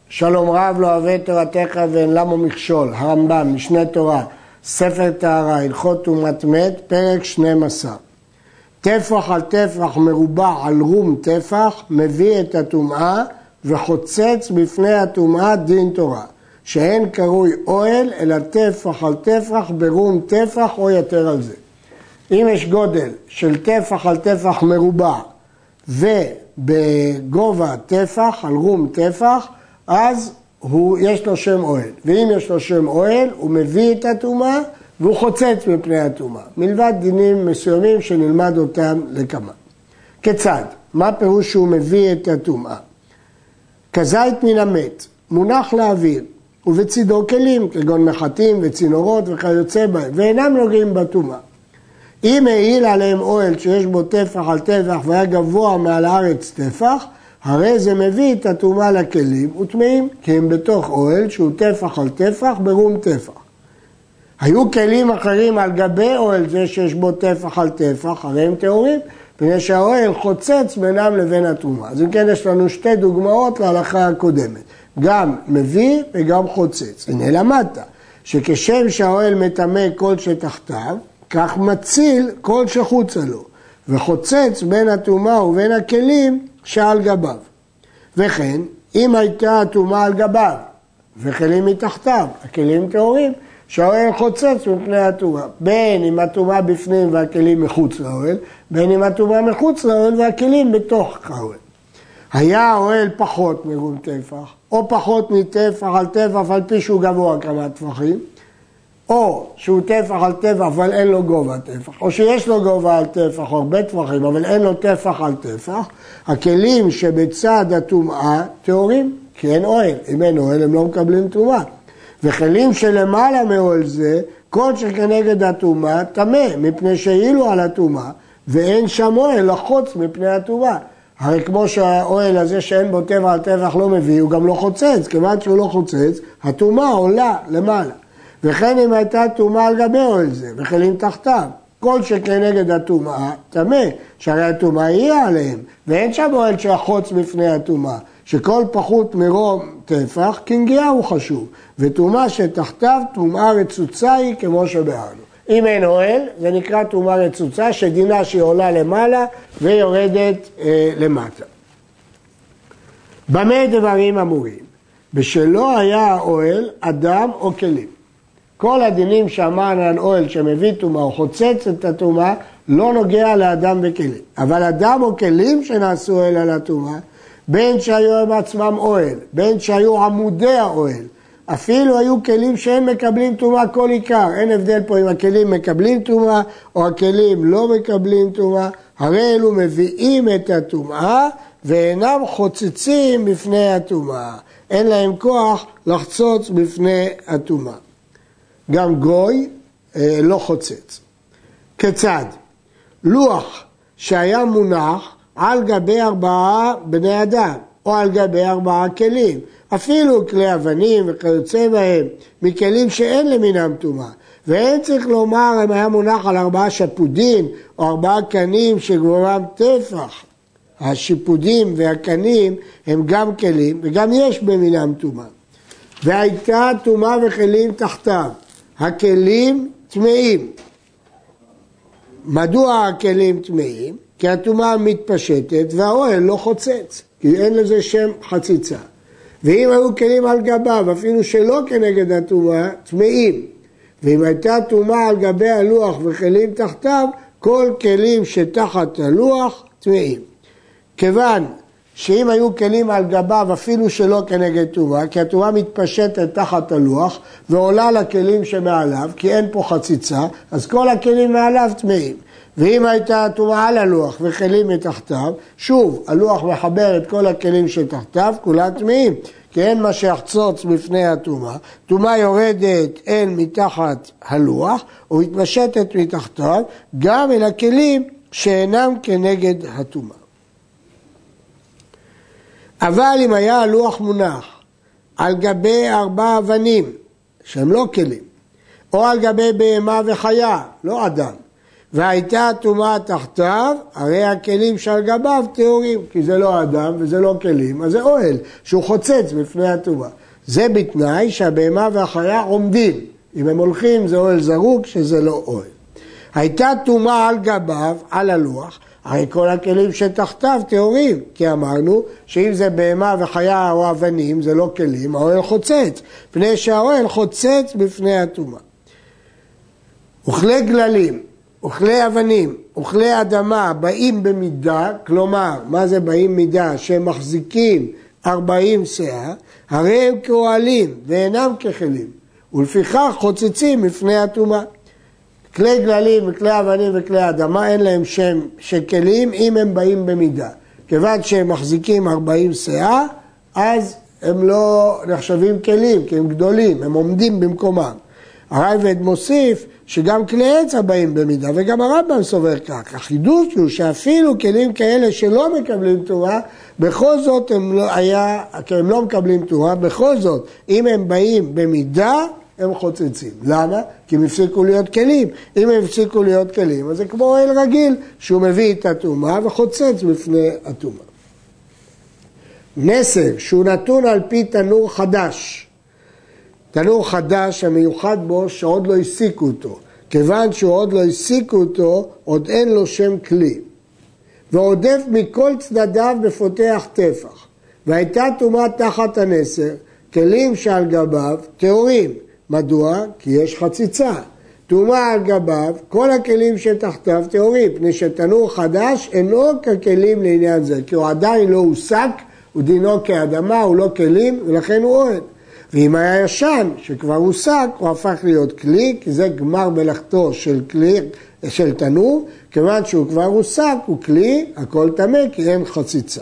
שלום רב לא אוהב תורתך ואין למה מכשול, הרמב"ם, משנה תורה, ספר טהרה, הלכות טומאת מת, פרק 12. טפח על טפח מרובע על רום טפח מביא את הטומאה וחוצץ בפני הטומאה דין תורה, שאין קרוי אוהל אלא טפח על טפח ברום טפח או יותר על זה. אם יש גודל של טפח על טפח מרובע ובגובה טפח על רום טפח, אז יש לו שם אוהל. ואם יש לו שם אוהל, הוא מביא את הטומאה והוא חוצץ מפני הטומאה. מלבד דינים מסוימים שנלמד אותם לכמה. כיצד? מה פירוש שהוא מביא את הטומאה? כזית מן המת, מונח לאוויר, ובצידו כלים, כגון מחטים וצינורות וכיוצא בהם, ואינם נוגעים בטומאה. אם העיל עליהם אוהל שיש בו טפח על טפח והיה גבוה מעל הארץ טפח, הרי זה מביא את הטומאה לכלים וטמאים, כי הם בתוך אוהל שהוא טפח על טפח ברום טפח. היו כלים אחרים על גבי אוהל זה שיש בו טפח על טפח, הרי הם טהורים, בגלל שהאוהל חוצץ בינם לבין הטומאה. אז אם כן יש לנו שתי דוגמאות להלכה הקודמת, גם מביא וגם חוצץ. הנה למדת, שכשם שהאוהל מטמא כל שתחתיו, כך מציל כל שחוצה לו, וחוצץ בין הטומאה ובין הכלים שעל גביו. וכן, אם הייתה הטומאה על גביו וכלים מתחתיו, הכלים טהורים, שהאוהל חוצץ מפני הטומאה. בין אם הטומאה בפנים והכלים מחוץ לאוהל, בין אם הטומאה מחוץ לאוהל והכלים בתוך האוהל. היה האוהל פחות מרום טפח, או פחות מטפח על טפח, על פי שהוא גבוה כמה טפחים, או שהוא טפח על טפח אבל אין לו גובה טפח, או שיש לו גובה על טפח או הרבה טפחים אבל אין לו טפח על טפח, הכלים שבצד הטומאה טהורים, כי אין אוהל. אם אין אוהל הם לא מקבלים טומאה. וכלים שלמעלה מאוהל זה, כל שכנגד הטומאה טמא, מפני שהעילו על הטומאה, ואין שם אוהל לחוץ מפני הטומאה. הרי כמו שהאוהל הזה שאין בו טפח על טפח לא מביא, הוא גם לא חוצץ, כיוון שהוא לא חוצץ, הטומאה עולה למעלה. וכן אם הייתה טומאה על גבי אוהל זה, וכלים תחתיו, כל שכנגד הטומאה טמא, שהרי הטומאה היא עליהם, ואין שם אוהל שיחוץ בפני הטומאה, שכל פחות מרום טפח, כנגיעה הוא חשוב, וטומאה שתחתיו, טומאה רצוצה היא כמו שבארנו. אם אין אוהל, זה נקרא טומאה רצוצה, שדינה שהיא עולה למעלה ויורדת למטה. במה דברים אמורים? בשלא היה האוהל אדם או כלים. כל הדינים שאמרנו על אוהל שמביא טומאה או חוצץ את הטומאה, לא נוגע לאדם וכלים. אבל אדם או כלים שנעשו אוהל על הטומאה, בין שהיו הם עצמם אוהל, בין שהיו עמודי האוהל, אפילו היו כלים שהם מקבלים טומאה כל עיקר. אין הבדל פה אם הכלים מקבלים טומאה או הכלים לא מקבלים טומאה, הרי אלו מביאים את הטומאה ואינם חוצצים בפני הטומאה. אין להם כוח לחצוץ בפני הטומאה. גם גוי לא חוצץ. כיצד? לוח שהיה מונח על גבי 4 בני אדם, או על גבי 4 כלים, אפילו כלי אבנים וכיוצא בהם, מכלים שאין למינם טומאה. ואין צריך לומר אם היה מונח על 4 שפודין, או 4 קנים שגבורם טפח. השיפודים והקנים הם גם כלים, וגם יש במינם טומאה. והייתה טומאה וכלים תחתיו. הכלים טמאים. מדוע הכלים טמאים? כי הטומאה מתפשטת והאוהל לא חוצץ, כי אין לזה שם חציצה. ואם היו כלים על גביו, אפילו שלא כנגד הטומאה, טמאים. ואם הייתה טומאה על גבי הלוח וכלים תחתיו, כל כלים שתחת הלוח טמאים. כיוון שאם היו כלים על גביו אפילו שלא כנגד טומאה, כי הטומאה מתפשטת תחת הלוח ועולה לכלים שמעליו, כי אין פה חציצה, אז כל הכלים מעליו טמאים. ואם הייתה טומאה על הלוח וכלים מתחתיו, שוב, הלוח מחבר את כל הכלים שתחתיו, כולם טמאים, כי אין מה שיחצוץ בפני הטומאה. טומאה יורדת אל מתחת הלוח ומתפשטת מתחתיו, גם אל הכלים שאינם כנגד הטומאה. אבל אם היה הלוח מונח על גבי 4 אבנים, שהם לא כלים, או על גבי בהמה וחיה, לא אדם, והייתה טומאה תחתיו, הרי הכלים שעל גביו טהורים, כי זה לא אדם וזה לא כלים, אז זה אוהל שהוא חוצץ בפני הטומאה. זה בתנאי שהבהמה והחיה עומדים, אם הם הולכים זה אוהל זרוק שזה לא אוהל. הייתה טומאה על גביו, על הלוח, הרי כל הכלים שתחתיו טהורים, כי אמרנו שאם זה בהמה וחיה או אבנים זה לא כלים, האוהל חוצץ, פני שהאוהל חוצץ בפני הטומאה. אוכלי גללים, אוכלי אבנים, אוכלי אדמה באים במידה, כלומר, מה זה באים מידה? שהם מחזיקים 40 שאה, הרי הם כאוהלים ואינם ככלים, ולפיכך חוצצים לפני הטומאה. כלי גללים וכלי אבנים וכלי אדמה אין להם שם של כלים אם הם באים במידה. כיוון שהם מחזיקים 40 שאה, אז הם לא נחשבים כלים, כי הם גדולים, הם עומדים במקומם. הרייבד מוסיף שגם כלי עץ הבאים במידה, וגם הרמב"ם סובר כך. החידוש הוא שאפילו כלים כאלה שלא מקבלים טומאה, בכל זאת הם לא מקבלים טומאה, בכל זאת, אם הם באים במידה, הם חוצצים. למה? כי הם הפסיקו להיות כלים. אם הם הפסיקו להיות כלים, אז זה כמו אוהל רגיל, שהוא מביא את הטומאה וחוצץ בפני הטומאה. נסר, שהוא נתון על פי תנור חדש. תנור חדש המיוחד בו שעוד לא הסיקו אותו. כיוון שהוא עוד לא הסיקו אותו, עוד אין לו שם כלי. ועודף מכל צדדיו בפותח טפח. והייתה טומאה תחת הנסר, כלים שעל גביו טהורים. מדוע? כי יש חציצה. טומאה על גביו, כל הכלים שתחתיו טהורים, פני שתנור חדש אינו ככלים לעניין זה, כי הוא עדיין לא הוסק, הוא דינו כאדמה, הוא לא כלים, ולכן הוא אוהל. ואם היה ישן, שכבר הוסק, הוא הפך להיות כלי, כי זה גמר מלאכתו של תנור, כיוון שהוא כבר הוסק, הוא כלי, הכל טמא, כי אין חציצה.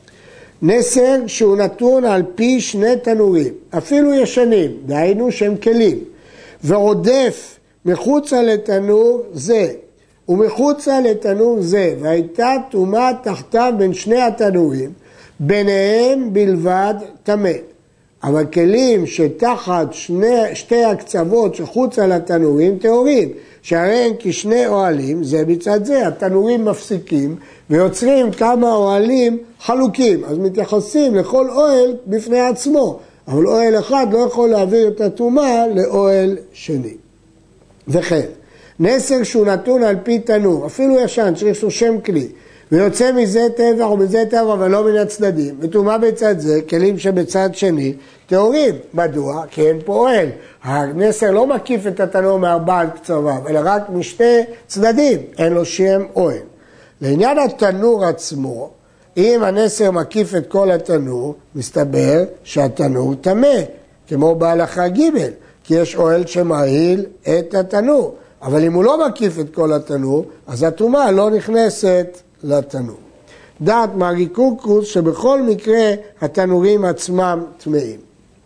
נסר שהוא נתון על פי 2 תנורים, אפילו ישנים, דהיינו שהם כלים, ועודף מחוצה לתנור זה, ומחוצה לתנור זה, והייתה טומאה תחתיו בין 2 התנורים, ביניהם בלבד טמא. אבל כלים שתחת 2 הקצוות שחוצה לתנורים טהורים, שהרי הם כשני אוהלים, זה מצד זה, התנורים מפסיקים ויוצרים כמה אוהלים חלוקים, אז מתייחסים לכל אוהל בפני עצמו, אבל אוהל אחד לא יכול להעביר את הטומאה לאוהל שני. וכן, נסר שהוא נתון על פי תנור, אפילו ישן שיש לו שם כלי, ויוצא מזה טבח או מזה טבח אבל לא מן הצדדים, וטומאה בצד זה, כלים שבצד שני, טהורים. מדוע? כי אין פה אוהל. הנסר לא מקיף את התנור מארבעת קצוותיו, אלא רק משתי צדדים, אין לו שם אוהל. לעניין התנור עצמו, אם הנסר מקיף את כל התנור, מסתבר שהתנור טמא, כמו בהלכה ג', כי יש אוהל שמאהיל את התנור. אבל אם הוא לא מקיף את כל התנור, אז הטומאה לא נכנסת לתנור. דעת מרי קורקוס שבכל מקרה התנורים עצמם טמאים.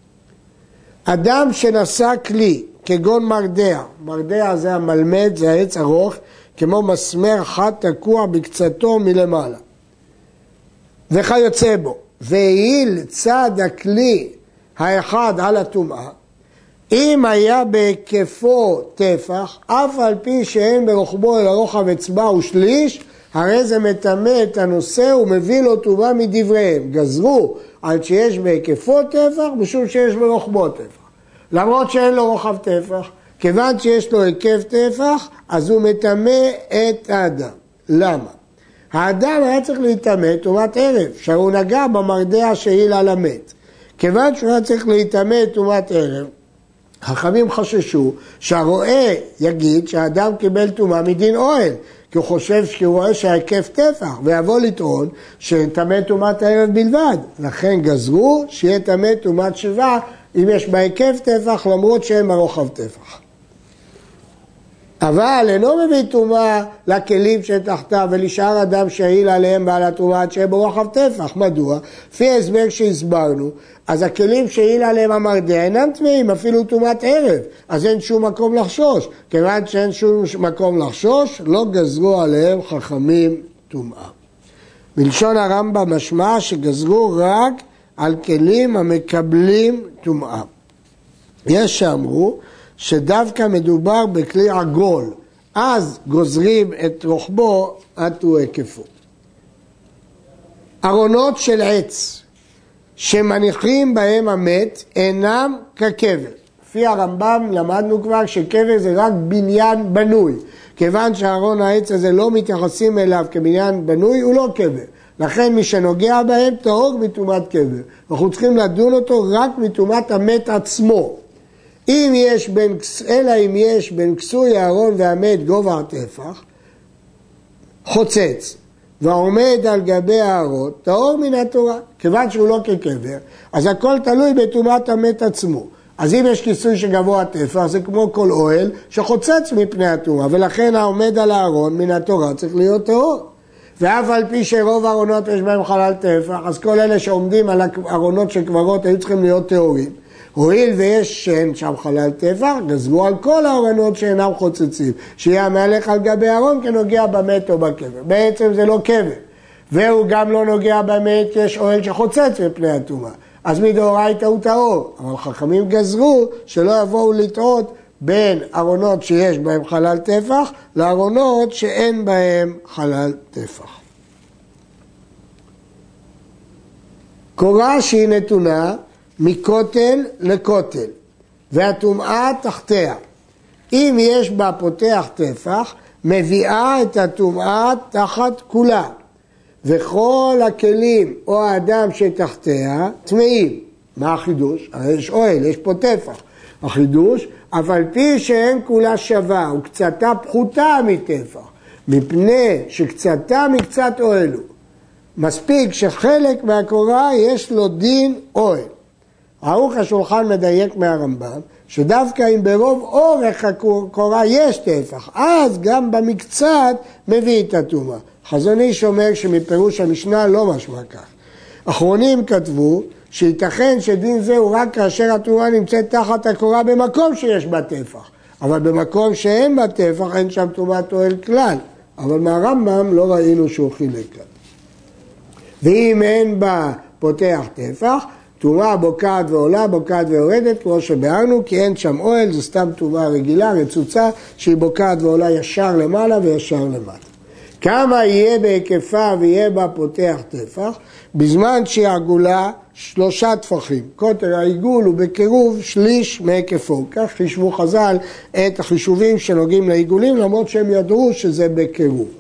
אדם שנשא כלי, כגון מרדע, מרדע זה המלמד, זה העץ ארוך, כמו מסמר חד תקוע בקצתו מלמעלה. וכיוצא בו, והעיל צד הכלי האחד על הטומאה, אם היה בהיקפו טפח, אף על פי שאין ברוחבו אלא רוחב אצבע ושליש, הרי זה מטמא את הנושא ומביא לו טומאה מדבריהם. גזרו על שיש בהיקפו טפח משום שיש ברוחבו טפח. למרות שאין לו רוחב טפח, כיוון שיש לו היקף טפח, אז הוא מטמא את האדם. למה? האדם היה צריך להיטמא טומאת ערב, שהוא נגע במרדע שהעיל על המת. כיוון שהוא היה צריך להיטמא טומאת ערב, חכמים חששו שהרועה יגיד שהאדם קיבל טומאה מדין אוהל, כי הוא חושב שהוא רואה שההיקף טפח, ויבוא לטעון שטמא טומאת הערב בלבד. לכן גזרו שיהיה טמא טומאת שבה אם יש בהיקף טפח, למרות שאין ברוחב טפח. אבל אינו מביא טומאה לכלים שתחתיו ולשאר אדם שהעיל עליהם בעל הטומאה עד שיהיה ברוחב טפח. מדוע? לפי ההסבר שהסברנו, אז הכלים שהעיל עליהם המרדע אינם טמאים, אפילו טומאת ערב, אז אין שום מקום לחשוש. כיוון שאין שום מקום לחשוש, לא גזרו עליהם חכמים טומאה. בלשון הרמב"ם משמע שגזרו רק על כלים המקבלים טומאה. יש שאמרו שדווקא מדובר בכלי עגול, אז גוזרים את רוחבו עד הוא היקפו. ארונות של עץ שמניחים בהם המת אינם כקבר. לפי הרמב"ם למדנו כבר שקבר זה רק בניין בנוי. כיוון שהארון העץ הזה לא מתייחסים אליו כבניין בנוי, הוא לא קבר. לכן מי שנוגע בהם טהור מטומאת קבר. אנחנו צריכים לדון אותו רק מטומאת המת עצמו. אם יש בין כסוי הארון והמת גובה הטפח, חוצץ, ועומד על גבי הארון, טהור מן התורה. כיוון שהוא לא כקבר, אז הכל תלוי בטומאת המת עצמו. אז אם יש כיסוי שגבוה הטפח, זה כמו כל אוהל שחוצץ מפני התורה, ולכן העומד על הארון מן התורה צריך להיות טהור. ואף על פי שרוב הארונות יש בהם חלל טפח, אז כל אלה שעומדים על הארונות של קברות היו צריכים להיות טהורים. הואיל ויש שאין שם חלל טפח, גזרו על כל הארונות שאינם חוצצים, שיהיה המהלך על גבי הארון כנוגע במת או בקבר. בעצם זה לא קבר, והוא גם לא נוגע במת כי יש אוהל שחוצץ מפני הטומאה. אז מדאורייתא הוא טהור, אבל חכמים גזרו שלא יבואו לטעות בין ארונות שיש בהם חלל טפח לארונות שאין בהם חלל טפח. קורה שהיא נתונה מכותל לכותל והטומאה תחתיה. אם יש בה פותח טפח, מביאה את הטומאה תחת כולה. וכל הכלים או האדם שתחתיה טמאים. מה החידוש? הרי יש אוהל, יש פה טפח. החידוש, אף על פי שאין כולה שווה וקצתה פחותה מטפח, מפני שקצתה מקצת אוהל הוא. מספיק שחלק מהקורה יש לו דין אוהל. ערוך השולחן מדייק מהרמב"ם, שדווקא אם ברוב אורך הקורה יש טפח, אז גם במקצת מביא את הטומאה. חזון איש אומר שמפירוש המשנה לא משמע כך. אחרונים כתבו שייתכן שדין זה הוא רק כאשר הטומאה נמצאת תחת הקורה במקום שיש בה טפח. אבל במקום שאין בה טפח אין שם טומאת אוהל כלל. אבל מהרמב"ם לא ראינו שהוא חילק כאן. ואם אין בה פותח טפח, טומאה בוקעת ועולה, בוקעת ויורדת, כמו שביארנו, כי אין שם אוהל, זה סתם טומאה רגילה, רצוצה, שהיא בוקעת ועולה ישר למעלה וישר למטה. כמה יהיה בהיקפה ויהיה בה פותח טפח, בזמן שהיא עגולה 3 טפחים. קוטר העיגול הוא בקירוב שליש מהיקפו. כך חישבו חז"ל את החישובים שנוגעים לעיגולים, למרות שהם ידעו שזה בקירוב.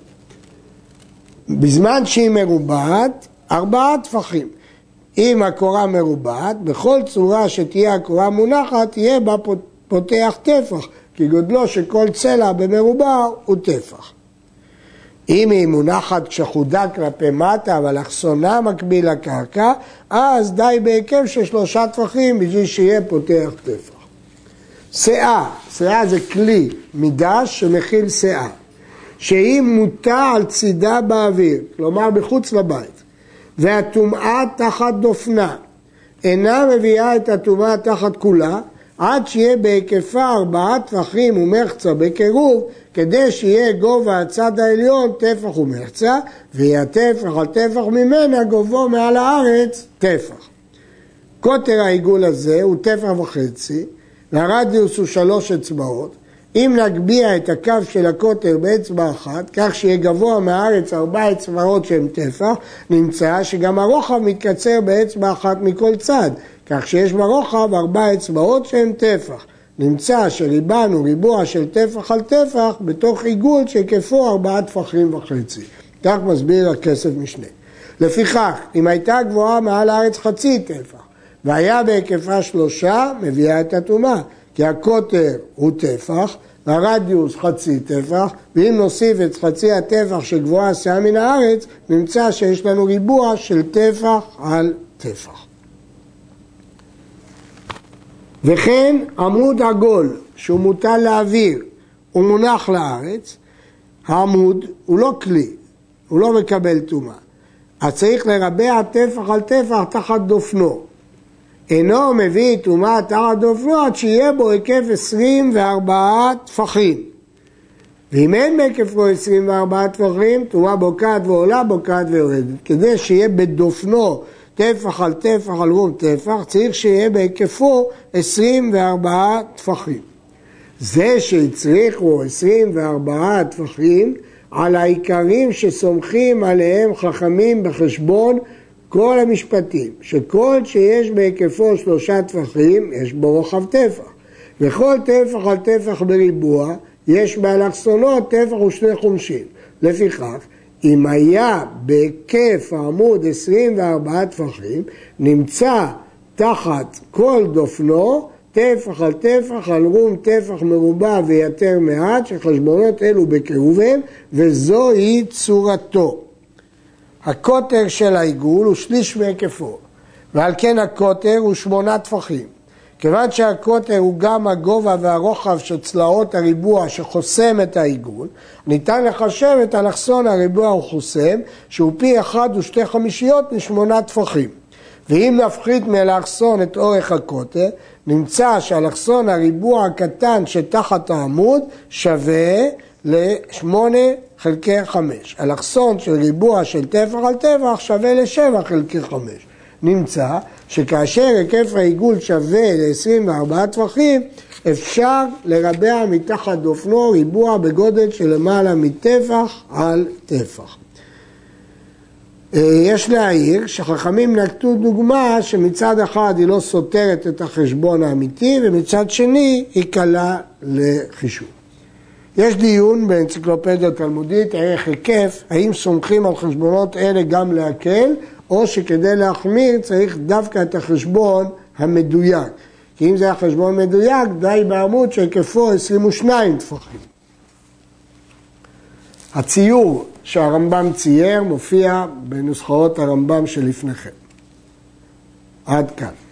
בזמן שהיא מרובעת, 4 טפחים. אם הקורה מרובעת, בכל צורה שתהיה הקורה מונחת, תהיה בה פותח טפח, כי גודלו שכל צלע במרובע הוא טפח. אם היא מונחת כשחודה כלפי מטה, אבל אחסונה מקביל לקרקע, אז די בהיקף של 3 טפחים בשביל שיהיה פותח טפח. שאה, שאה זה כלי מידש שמכיל שאה, שהיא מוטה על צידה באוויר, כלומר בחוץ לבית, והטומאה תחת דופנה, אינה מביאה את הטומאה תחת כולה, עד שיהיה בהיקפה 4 טפחים ומחצה בקירוב, כדי שיהיה גובה הצד העליון טפח ומחצה, ויהיה טפח על טפח ממנה גובהו מעל הארץ טפח. קוטר העיגול הזה הוא טפח וחצי, והרדיוס הוא 3 אצבעות. אם נגביע את הקו של הקוטר באצבע אחת, כך שיהיה גבוה מהארץ 4 אצבעות שהן טפח, נמצא שגם הרוחב מתקצר באצבע אחת מכל צד, כך שיש ברוחב 4 אצבעות שהן טפח. נמצא שריבן הוא ריבוע של טפח על טפח בתוך עיגול שהיקפו 4 טפחים וחצי. כך מסביר הכסף משנה. לפיכך, אם הייתה גבוהה מעל הארץ 0.5 טפח, והיה בהיקפה 3, מביאה את הטומאה. כי הקוטר הוא טפח, והרדיוס 0.5 טפח, ואם נוסיף את 0.5 הטפח שגבוהה השאה מן הארץ, נמצא שיש לנו ריבוע של טפח על טפח. וכן עמוד עגול שהוא מוטל לאוויר, הוא מונח לארץ, העמוד הוא לא כלי, הוא לא מקבל טומאה. אז צריך לרבע טפח על טפח תחת דופנו. אינו מביא טומאה תחת דופנו עד שיהיה בו היקף 24 טפחים. ואם אין בהיקפו 24 טפחים, טומאה בוקעת ועולה, בוקעת ויורדת. כדי שיהיה בדופנו טפח על טפח על רום טפח, צריך שיהיה בהיקפו 24 טפחים. זה שהצריכו 24 טפחים על העיקרים שסומכים עליהם חכמים בחשבון כל המשפטים, שכל שיש בהיקפו 3 טפחים יש בו רוחב טפח, וכל טפח על טפח בריבוע יש באלכסונו טפח ושני חומשין. לפיכך, אם היה בהיקף העמוד 24 טפחים, נמצא תחת כל דופנו טפח על טפח על רום טפח מרובע ויתר מעט, שחשבונות אלו בקירוביהם, וזוהי צורתו. הקוטר של העיגול הוא שליש מהיקפו, ועל כן הקוטר הוא 8 טפחים. כיוון שהקוטר הוא גם הגובה והרוחב של צלעות הריבוע שחוסם את העיגול, ניתן לחשב את אלכסון הריבוע וחוסם, שהוא פי 1 ו2/5 מ8 טפחים. ואם נפחית מאלכסון את אורך הקוטר, נמצא שאלכסון הריבוע הקטן שתחת העמוד שווה ל8/5. אלכסון של ריבוע של טפח על טפח שווה ל7/5. נמצא שכאשר היקף העיגול שווה ל24 טפחים, אפשר לרבע מתחת דופנו ריבוע בגודל של למעלה מטפח על טפח. יש להעיר שחכמים נקטו דוגמה שמצד אחד היא לא סותרת את החשבון האמיתי, ומצד שני היא קלה לחישוב. יש דיון באנציקלופדיה תלמודית, ערך היקף, האם סומכים על חשבונות אלה גם להקל, או שכדי להחמיר צריך דווקא את החשבון המדויק. כי אם זה החשבון מדויק, די בעמוד שהיקפו 22 טפחים. הציור שהרמב"ם צייר מופיע בנוסחאות הרמב"ם שלפניכם. עד כאן.